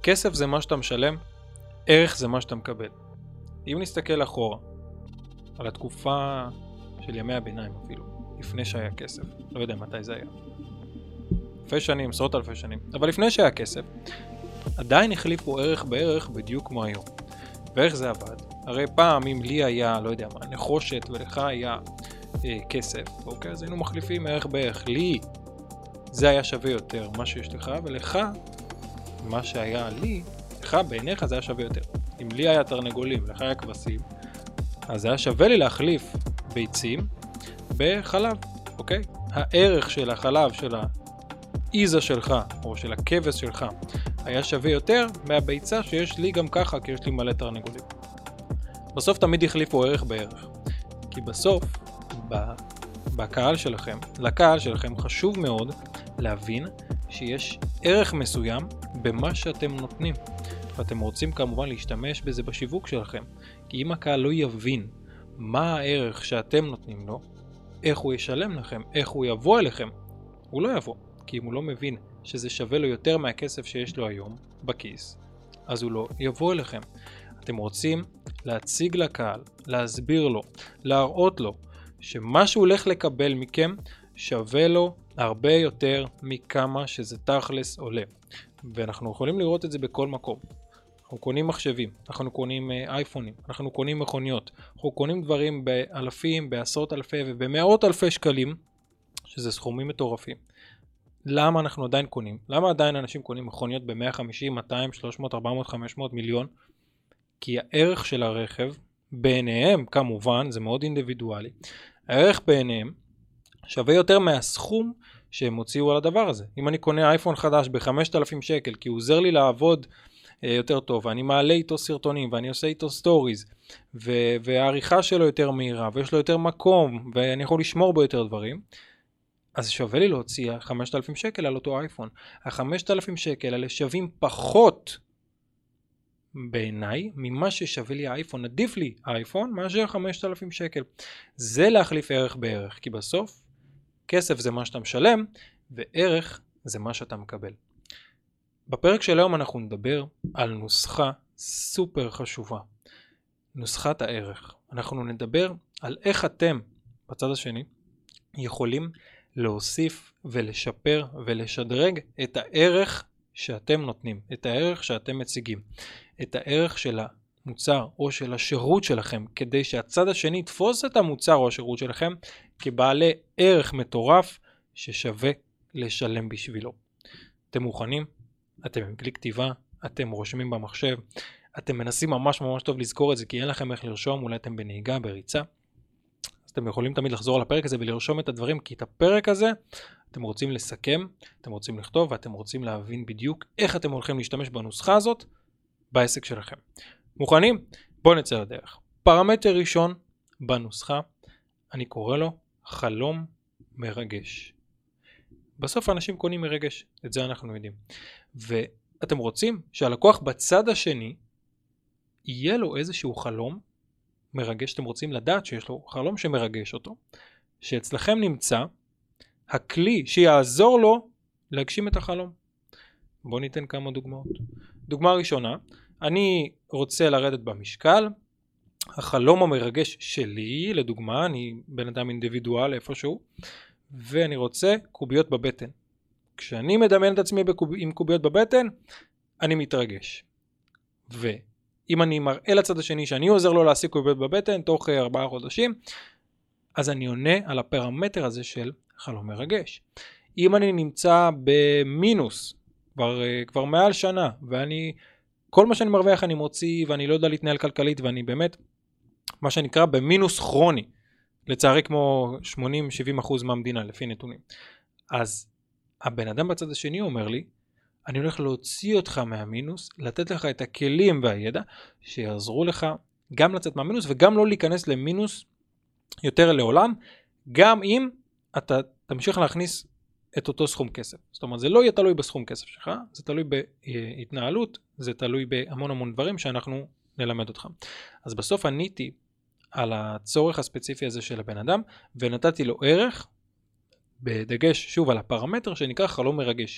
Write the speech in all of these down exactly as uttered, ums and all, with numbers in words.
כסף זה מה שאתה משלם, ערך זה מה שאתה מקבל. אם נסתכל אחורה, על התקופה של ימי הביניים אפילו, לפני שהיה כסף, לא יודע מתי זה היה. אלפי שנים, עשרות אלפי שנים, אבל לפני שהיה כסף, עדיין החליפו ערך בערך בדיוק כמו היום. ואיך זה עבד? הרי פעם אם לי היה, לא יודע מה, נחושת ולך היה אה, כסף, אוקיי? אז היינו מחליפים ערך בערך. לי זה היה שווה יותר מה שיש לך, ולך, מה שהיה לי, לך בעיניך זה היה שווה יותר. אם לי היה תרנגולים ולך היה כבשים, אז היה שווה לי להחליף ביצים בחלב, אוקיי? הערך של החלב, של האיזה שלך, או של הכבש שלך, היה שווה יותר מהביצה שיש לי גם ככה, כי יש לי מלא תרנגולים. בסוף תמיד החליפו ערך בערך. כי בסוף, בקהל שלכם, לקהל שלכם חשוב מאוד להבין שיש ערך מסוים במה שאתם נותנים. ואתם רוצים כמובן להשתמש בזה בשיווק שלכם. כי אם הקהל לא יבין מה הערך שאתם נותנים לו, איך הוא ישלם לכם, איך הוא יבוא אליכם, הוא לא יבוא. כי אם הוא לא מבין שזה שווה לו יותר מהכסף שיש לו היום בכיס, אז הוא לא יבוא אליכם. אתם רוצים להציג לקהל, להסביר לו, להראות לו, שמה שהוא הולך לקבל מכם שווה לו הרבה יותר מכמה שזה תכלס עולה. ואנחנו יכולים לראות את זה בכל מקום. אנחנו קונים מחשבים, אנחנו קונים אייפונים, אנחנו קונים מכוניות, אנחנו קונים דברים באלפים, בעשרות אלפי ובמאות אלפי שקלים, שזה סכומים מטורפים. למה אנחנו עדיין קונים? למה עדיין אנשים קונים מכוניות ב-מאה וחמישים, מאתיים, שלוש מאות, ארבע מאות, חמש מאות מיליון? כי הערך של הרכב, בעיניהם כמובן, זה מאוד אינדיבידואלי, הערך בעיניהם שווה יותר מהסכום שהם הוציאו על הדבר הזה. אם אני קונה אייפון חדש ב-חמשת אלפים שקל, כי הוא עוזר לי לעבוד אה, יותר טוב, ואני מעלה איתו סרטונים, ואני עושה איתו סטוריז, ו- והעריכה שלו יותר מהירה, ויש לו יותר מקום, ואני יכול לשמור בו יותר דברים, אז שווה לי להוציא חמשת אלפים שקל על אותו אייפון. ה-חמשת אלפים שקל האלה שווים פחות בעיניי ממה ששווה לי האייפון. עדיף לי האייפון מאשר חמשת אלפים שקל. זה להחליף ערך בערך, כי בסוף כסף זה מה שאתה משלם וערך זה מה שאתה מקבל. בפרק של היום אנחנו נדבר על נוסחה סופר חשובה. נוסחת הערך. אנחנו נדבר על איך אתם בצד השני יכולים להוסיף ולשפר ולשדרג את הערך שאתם נותנים, את הערך שאתם מציגים, את הערך של המוצר או של השירות שלכם, כדי שהצד השני יתפוס את המוצר או השירות שלכם כבעלי ערך מטורף ששווה לשלם בשבילו. אתם מוכנים? אתם עם כלי כתיבה, אתם רושמים במחשב, אתם מנסים ממש ממש טוב לזכור את זה, כי אין לכם איך לרשום, אולי אתם בנהיגה, בריצה. אתם יכולים תמיד לחזור על הפרק הזה ולרשום את הדברים, כי את הפרק הזה אתם רוצים לסכם, אתם רוצים לכתוב, ואתם רוצים להבין בדיוק איך אתם הולכים להשתמש בנוסחה הזאת בעסק שלכם. מוכנים? בואו נצא לדרך. פרמטר ראשון בנוסחה, אני קורא לו חלום מרגש. בסוף האנשים קונים מרגש, את זה אנחנו יודעים. ואתם רוצים שהלקוח בצד השני יהיה לו איזשהו חלום מרגש, אתם רוצים לדעת שיש לו חלום שמרגש אותו, שאצלכם נמצא הכלי שיעזור לו להגשים את החלום. בואו ניתן כמה דוגמאות. דוגמה ראשונה, אני רוצה לרדת במשקל, החלום המרגש שלי, לדוגמה, אני בן אדם אינדיבידואל איפשהו, ואני רוצה קוביות בבטן. כשאני מדמיין את עצמי בקוב... עם קוביות בבטן, אני מתרגש. ו... אם אני מראה לצד השני שאני עוזר לו להשיג קוביות בבטן תוך ארבעה חודשים, אז אני עונה על הפרמטר הזה של חלום מרגש. אם אני נמצא במינוס כבר, כבר מעל שנה, ואני, כל מה שאני מרוויח אני מוציא, ואני לא יודע להתנהל כלכלית, ואני באמת, מה שנקרא במינוס כרוני, לצערי כמו שמונים שבעים אחוז מהמדינה לפי נתונים. אז הבן אדם בצד השני אומר לי, אני הולך להוציא אותך מהמינוס, לתת לך את הכלים והידע שיעזרו לך גם לצאת מהמינוס וגם לא להיכנס למינוס יותר לעולם, גם אם אתה תמשיך להכניס את אותו סכום כסף. זאת אומרת, זה לא יהיה תלוי בסכום כסף שלך, זה תלוי בהתנהלות, זה תלוי בהמון המון דברים שאנחנו נלמד אותך. אז בסוף עניתי על הצורך הספציפי הזה של הבן אדם, ונתתי לו ערך, בדגש שוב על הפרמטר שנקרא חלום מרגש.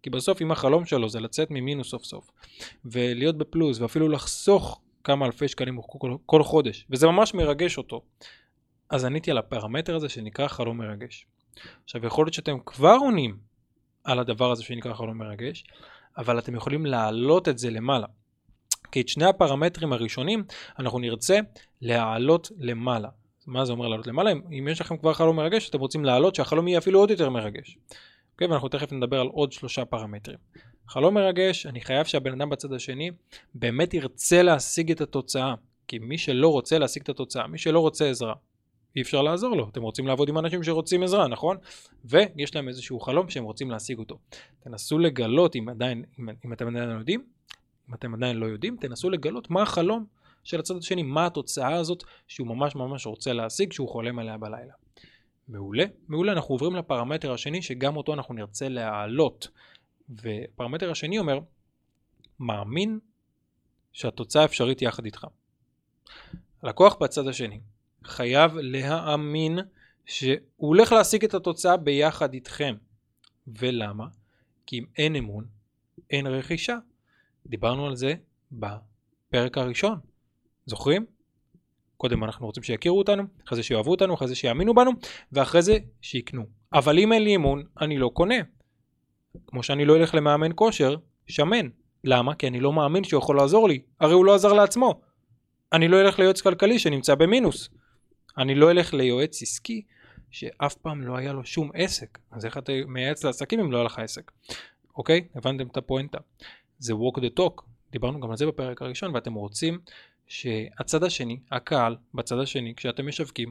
כי בסוף אם החלום שלו זה לצאת ממינוס סוף סוף, ולהיות בפלוס, ואפילו לחסוך כמה אלפי שקלים כל, כל חודש, וזה ממש מרגש אותו, אז עניתי על הפרמטר הזה שנקרא חלום מרגש. עכשיו יכול להיות שאתם כבר עונים על הדבר הזה שנקרא חלום מרגש, אבל אתם יכולים להעלות את זה למעלה. כי את שני הפרמטרים הראשונים אנחנו נרצה להעלות למעלה. מה זה אומר לעלות למעלה? אם יש לכם כבר חלום מרגש, אתם רוצים להעלות שהחלום יהיה אפילו עוד יותר מרגש. אוקיי, ואנחנו תכף נדבר על עוד שלושה פרמטרים. חלום מרגש, אני חייב שהבן אדם בצד השני באמת ירצה להשיג את התוצאה. כי מי שלא רוצה להשיג את התוצאה, מי שלא רוצה עזרה, אי אפשר לעזור לו. אתם רוצים לעבוד עם אנשים שרוצים עזרה, נכון? ויש להם איזשהו חלום שהם רוצים להשיג אותו. תנסו לגלות, אם עדיין, אם, אם אתם עדיין לא יודעים, אם אתם עדיין לא יודעים, תנסו לגלות מה החלום של הצד השני, מה התוצאה הזאת שהוא ממש ממש רוצה להשיג, שהוא חולם עליה בלילה. מעולה, מעולה, אנחנו עוברים לפרמטר השני, שגם אותו אנחנו נרצה להעלות. ופרמטר השני אומר, מאמין שהתוצאה אפשרית יחד איתך. הלקוח בצד השני חייב להאמין שהוא הולך להשיג את התוצאה ביחד איתכם. ולמה? כי אם אין אמון, אין רכישה. דיברנו על זה בפרק הראשון. זוכרים? קודם אנחנו רוצים שיכירו אותנו, אחרי זה שיאהבו אותנו, אחרי זה שיאמינו בנו, ואחרי זה שיקנו. אבל אם אין לי אמון, אני לא קונה. כמו שאני לא אלך למאמן כושר, שמן. למה? כי אני לא מאמין שהוא יכול לעזור לי. הרי הוא לא עזר לעצמו. אני לא אלך ליועץ כלכלי שנמצא במינוס. אני לא אלך ליועץ עסקי שאף פעם לא היה לו שום עסק. אז איך אתה מייעץ לעסקים אם לא היה לך עסק? אוקיי? הבנתם את הפואנטה. זה walk the talk. דיברנו גם על זה בפרק הראשון, ואתם רוצים שהצד השני, הקהל בצד השני, כשאתם משווקים,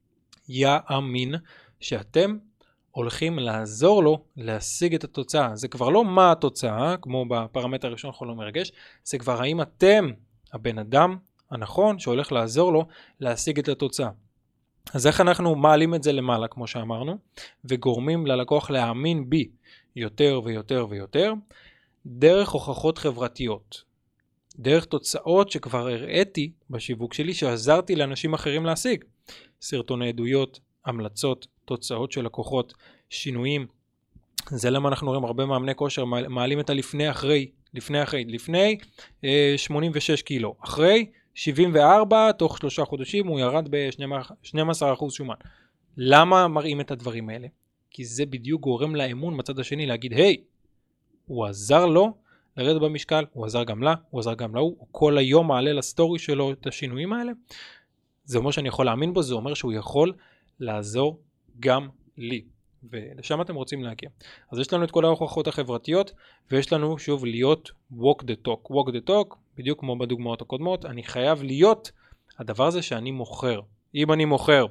יאמין שאתם הולכים לעזור לו להשיג את התוצאה. זה כבר לא מה התוצאה, כמו בפרמטר הראשון חלום מרגש, זה כבר האם אתם, הבן אדם הנכון, שהולך לעזור לו להשיג את התוצאה. אז איך אנחנו מעלים את זה למעלה, כמו שאמרנו, וגורמים ללקוח להאמין בי יותר ויותר ויותר, דרך הוכחות חברתיות. דרך תוצאות שכבר הראיתי בשיווק שלי, שעזרתי לאנשים אחרים להשיג. סרטוני עדויות, המלצות, תוצאות של לקוחות, שינויים. זה למה אנחנו רואים הרבה מאמני כושר, מעלים את הלפני אחרי, לפני אחרי, לפני אה, שמונים ושש קילו, אחרי שבעים וארבע, תוך שלושה חודשים הוא ירד ב-שנים עשר אחוז שומן. למה מראים את הדברים האלה? כי זה בדיוק גורם לאמון בצד השני להגיד, היי, הוא עזר לו לרדת במשקל, הוא עזר גם לה, הוא עזר גם להוא, הוא כל היום מעלה לסטורי שלו את השינויים האלה. זה אומר שאני יכול להאמין בו, זה אומר שהוא יכול לעזור גם לי. ולשם אתם רוצים להגיע. אז יש לנו את כל ההוכחות החברתיות, ויש לנו שוב להיות walk the talk. walk the talk, בדיוק כמו בדוגמאות הקודמות, אני חייב להיות הדבר הזה שאני מוכר. אם אני מוכר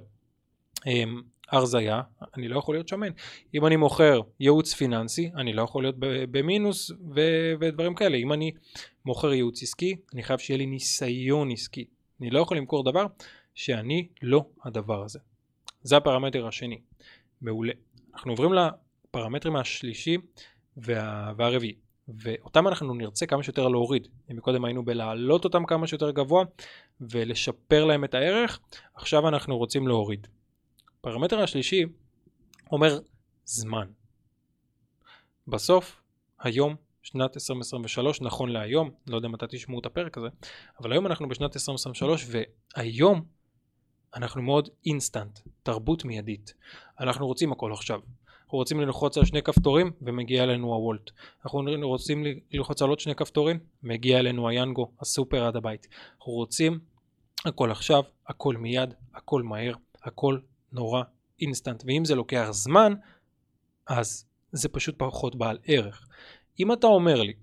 הרזיה, אני לא יכול להיות שמן. אם אני מוכר ייעוץ פיננסי, אני לא יכול להיות במינוס ו- ודברים כאלה. אם אני מוכר ייעוץ עסקי, אני חייב שיהיה לי ניסיון עסקי. אני לא יכול למכור דבר שאני לא הדבר הזה. זה הפרמטר השני. מעולה. אנחנו עוברים לפרמטרים השלישי וה... והרביעי, ואותם אנחנו נרצה כמה שיותר להוריד. אם קודם היינו בלהעלות אותם כמה שיותר גבוה ולשפר להם את הערך, עכשיו אנחנו רוצים להוריד. הפרמטר השלישי אומר זמן. בסוף, היום, שנת עשרים עשרים ושלוש, נכון להיום, לא יודע מתי תשמעו את הפרק הזה, אבל היום אנחנו בשנת עשרים עשרים ושלוש, והיום אנחנו מאוד אינסטנט, תרבות מיידית. אנחנו רוצים הכל עכשיו. אנחנו רוצים ללחוץ על שני כפתורים ומגיע אלינו הוולט. אנחנו רוצים ללחוץ על עוד שני כפתורים, מגיע אלינו היאנגו, הסופר עד הבית. אנחנו רוצים הכל עכשיו, הכל מיד, הכל מהר, הכל נורא אינסטנט. ואם זה לוקח זמן, אז זה פשוט פחות בעל ערך. אם אתה אומר לי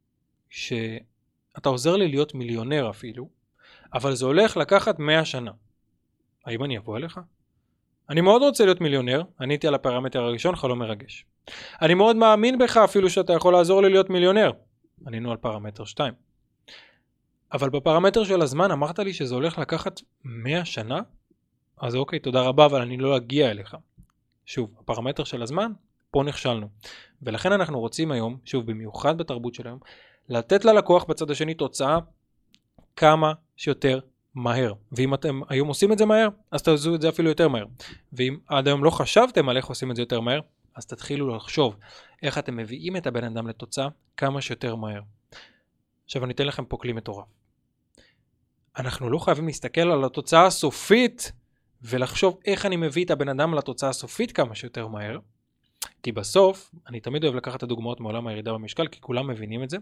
שאתה עוזר לי להיות מיליונר אפילו, אבל זה הולך לקחת מאה שנה, האם אני אבוא אליך? אני מאוד רוצה להיות מיליונר, עניתי על הפרמטר הראשון, חלום מרגש. אני מאוד מאמין בך אפילו שאתה יכול לעזור לי להיות מיליונר. ענינו על פרמטר שתיים. אבל בפרמטר של הזמן אמרת לי שזה הולך לקחת מאה שנה? אז אוקיי, תודה רבה, אבל אני לא אגיע אליך. שוב, הפרמטר של הזמן, פה נכשלנו. ולכן אנחנו רוצים היום, שוב במיוחד בתרבות של היום, לתת ללקוח בצד השני תוצאה כמה שיותר מהר. ואם אתם היום עושים את זה מהר, אז תעשו את זה אפילו יותר מהר. ואם עד היום לא חשבתם על איך עושים את זה יותר מהר, אז תתחילו לחשוב איך אתם מביאים את הבן אדם לתוצאה כמה שיותר מהר. עכשיו אני אתן לכם פה כלי מטורף. אנחנו לא חייבים להסתכל על התוצאה הסופית ולחשוב איך אני מביא את הבן אדם לתוצאה הסופית כמה שיותר מהר. כי בסוף, אני תמיד אוהב לקחת את הדוגמאות מעולם הירידה במשקל, כי כולם מבינים את זה.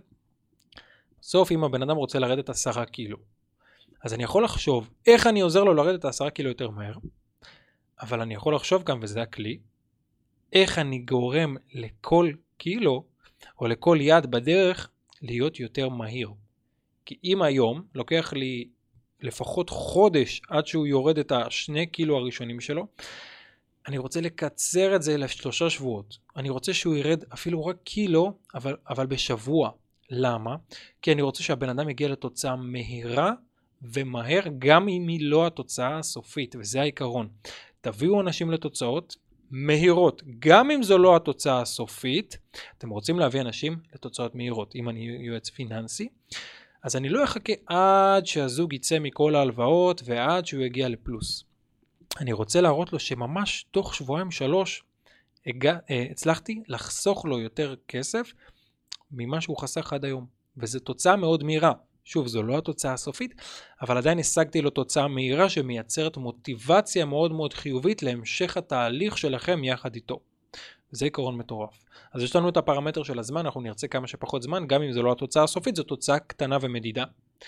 בסוף, אם הבן אדם רוצה לרדת עשרה קילו, אז אני יכול לחשוב איך אני עוזר לו לרדת עשרה קילו יותר מהר, אבל אני יכול לחשוב גם, וזה הכלי, איך אני גורם לכל קילו, או לכל יד בדרך, להיות יותר מהיר. כי אם היום לוקח לי לפחות חודש עד שהוא יורד את השני קילו הראשונים שלו, אני רוצה לקצר את זה לשלושה שבועות. אני רוצה שהוא ירד אפילו רק קילו, אבל, אבל בשבוע. למה? כי אני רוצה שהבן אדם יגיע לתוצאה מהירה ומהר, גם אם היא לא התוצאה הסופית, וזה העיקרון. תביאו אנשים לתוצאות מהירות, גם אם זו לא התוצאה הסופית. אתם רוצים להביא אנשים לתוצאות מהירות. אם אני יועץ פיננסי, אז אני לא אחכה עד שהזוג יצא מכל ההלוואות ועד שהוא יגיע לפלוס. אני רוצה להראות לו שממש תוך שבועיים שלוש הגע, הצלחתי לחסוך לו יותר כסף ממה שהוא חסך עד היום. וזו תוצאה מאוד מהירה. שוב, זו לא התוצאה הסופית, אבל עדיין השגתי לו תוצאה מהירה שמייצרת מוטיבציה מאוד מאוד חיובית להמשך התהליך שלכם יחד איתו. זה עיקרון מטורף. אז יש לנו את הפרמטר של הזמן, אנחנו נרצה כמה שפחות זמן, גם אם זו לא התוצאה הסופית, זו תוצאה קטנה ומדידה.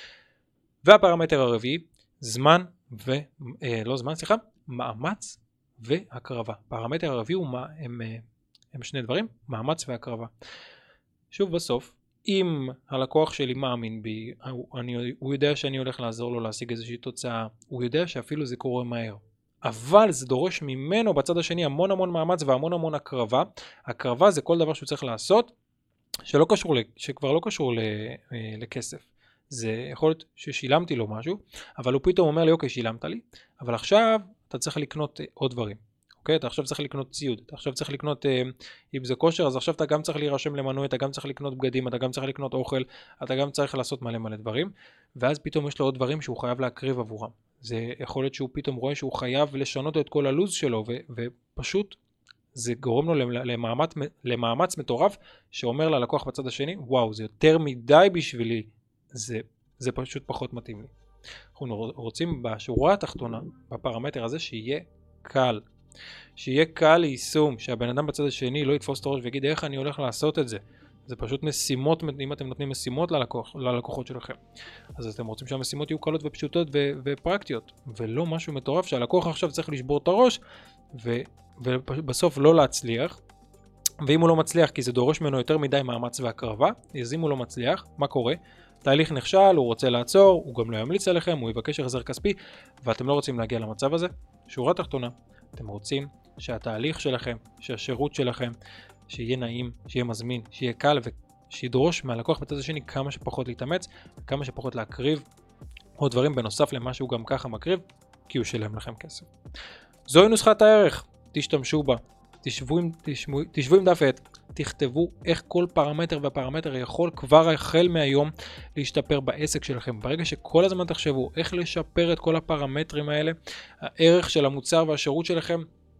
והפרמטר הרביעי, זמן ו... אה, לא זמן, סליחה, מאמץ והקרבה. פרמטר הרביעי הוא מה, הם, הם שני דברים, מאמץ והקרבה. שוב בסוף, אם הלקוח שלי מאמין בי, אני, הוא יודע שאני הולך לעזור לו להשיג איזושהי תוצאה, הוא יודע שאפילו זה קורה מהר. אבל זה דורש ממנו בצד השני המון המון מאמץ והמון המון הקרבה. הקרבה זה כל דבר שהוא צריך לעשות שלא קשור, שכבר לא קשור לכסף. זה יכול להיות ששילמתי לו משהו, אבל הוא פתאום אומר לי, אוקיי, שילמת לי, אבל עכשיו אתה צריך לקנות עוד דברים. אוקיי? אתה עכשיו צריך לקנות ציוד, אתה עכשיו צריך לקנות, אם זה כושר, אז עכשיו אתה גם צריך להירשם למנוי, אתה גם צריך לקנות בגדים, אתה גם צריך לקנות אוכל, אתה גם צריך לעשות מלא מלא דברים, ואז פתאום יש לו עוד דברים שהוא חייב להקריב עבורם. זה יכול להיות שהוא פתאום רואה שהוא חייב לשנות את כל הלוז שלו, ו- ופשוט זה גורם לו למאמץ, למאמץ מטורף, שאומר ללקוח בצד השני, וואו, זה יותר מדי בשבילי, זה, זה פשוט פחות מתאים לי. אנחנו רוצים בשורה התחתונה, בפרמטר הזה, שיהיה קל. שיהיה קל ליישום, שהבן אדם בצד השני לא יתפוס את הראש ויגיד איך אני הולך לעשות את זה. זה פשוט משימות, אם אתם נותנים משימות ללקוח, ללקוחות שלכם. אז אתם רוצים שהמשימות יהיו קלות ופשוטות ו- ופרקטיות, ולא משהו מטורף שהלקוח עכשיו צריך לשבור את הראש, ו- ובסוף לא להצליח. ואם הוא לא מצליח, כי זה דורש ממנו יותר מדי מאמץ והקרבה, אז אם הוא לא מצליח, מה קורה? תהליך נכשל, הוא רוצה לעצור, הוא גם לא ימליץ עליכם, הוא יבקש החזר כספי, ואתם לא רוצים להגיע למצב הזה. שורה תחתונה, אתם רוצים שהתהליך שלכם, שהשירות שלכם, שיהיה נעים, שיהיה מזמין, שיהיה קל ושידרוש מהלקוח בצד השני כמה שפחות להתאמץ, כמה שפחות להקריב עוד דברים בנוסף למה שהוא גם ככה מקריב, כי הוא שלם לכם כסף. זוהי נוסחת הערך, תשתמשו בה, תשבו עם, תשבו, תשבו עם דף עט, תכתבו איך כל פרמטר ופרמטר יכול כבר החל מהיום להשתפר בעסק שלכם. ברגע שכל הזמן תחשבו איך לשפר את כל הפרמטרים האלה, הערך של המוצר והשירות שלכם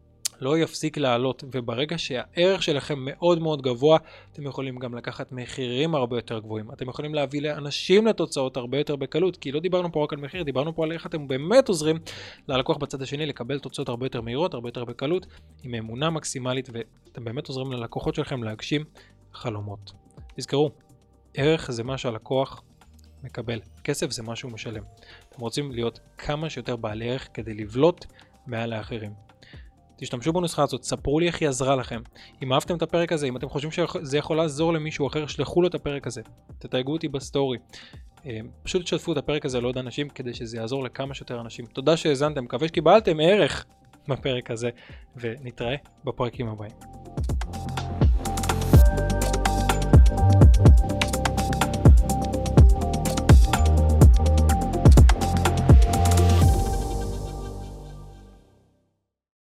לא יפסיק לעלות, וברגע שהערך שלכם מאוד מאוד גבוה, אתם יכולים גם לקחת מחירים הרבה יותר גבוהים. אתם יכולים להביא לאנשים לתוצאות הרבה יותר בקלות, כי לא דיברנו פה רק על מחיר, דיברנו פה על איך אתם באמת עוזרים ללקוח בצד השני לקבל תוצאות הרבה יותר מהירות, הרבה יותר בקלות, עם אמונה מקסימלית, ואתם באמת עוזרים ללקוחות שלכם להגשים חלומות. תזכרו, ערך זה מה שהלקוח מקבל, כסף זה מה שהוא משלם. אתם רוצים להיות כמה שיותר בעלי ערך כדי לבלוט מעל האחרים. תשתמשו בנוסחה הזאת, ספרו לי איך היא עזרה לכם. אם אהבתם את הפרק הזה, אם אתם חושבים שזה יכול לעזור למישהו אחר, שלחו לו את הפרק הזה. תתייגו אותי בסטורי. פשוט תשתפו את הפרק הזה לעוד אנשים, כדי שזה יעזור לכמה שיותר אנשים. תודה שהאזנתם, מקווה שקיבלתם ערך בפרק הזה, ונתראה בפרקים הבאים.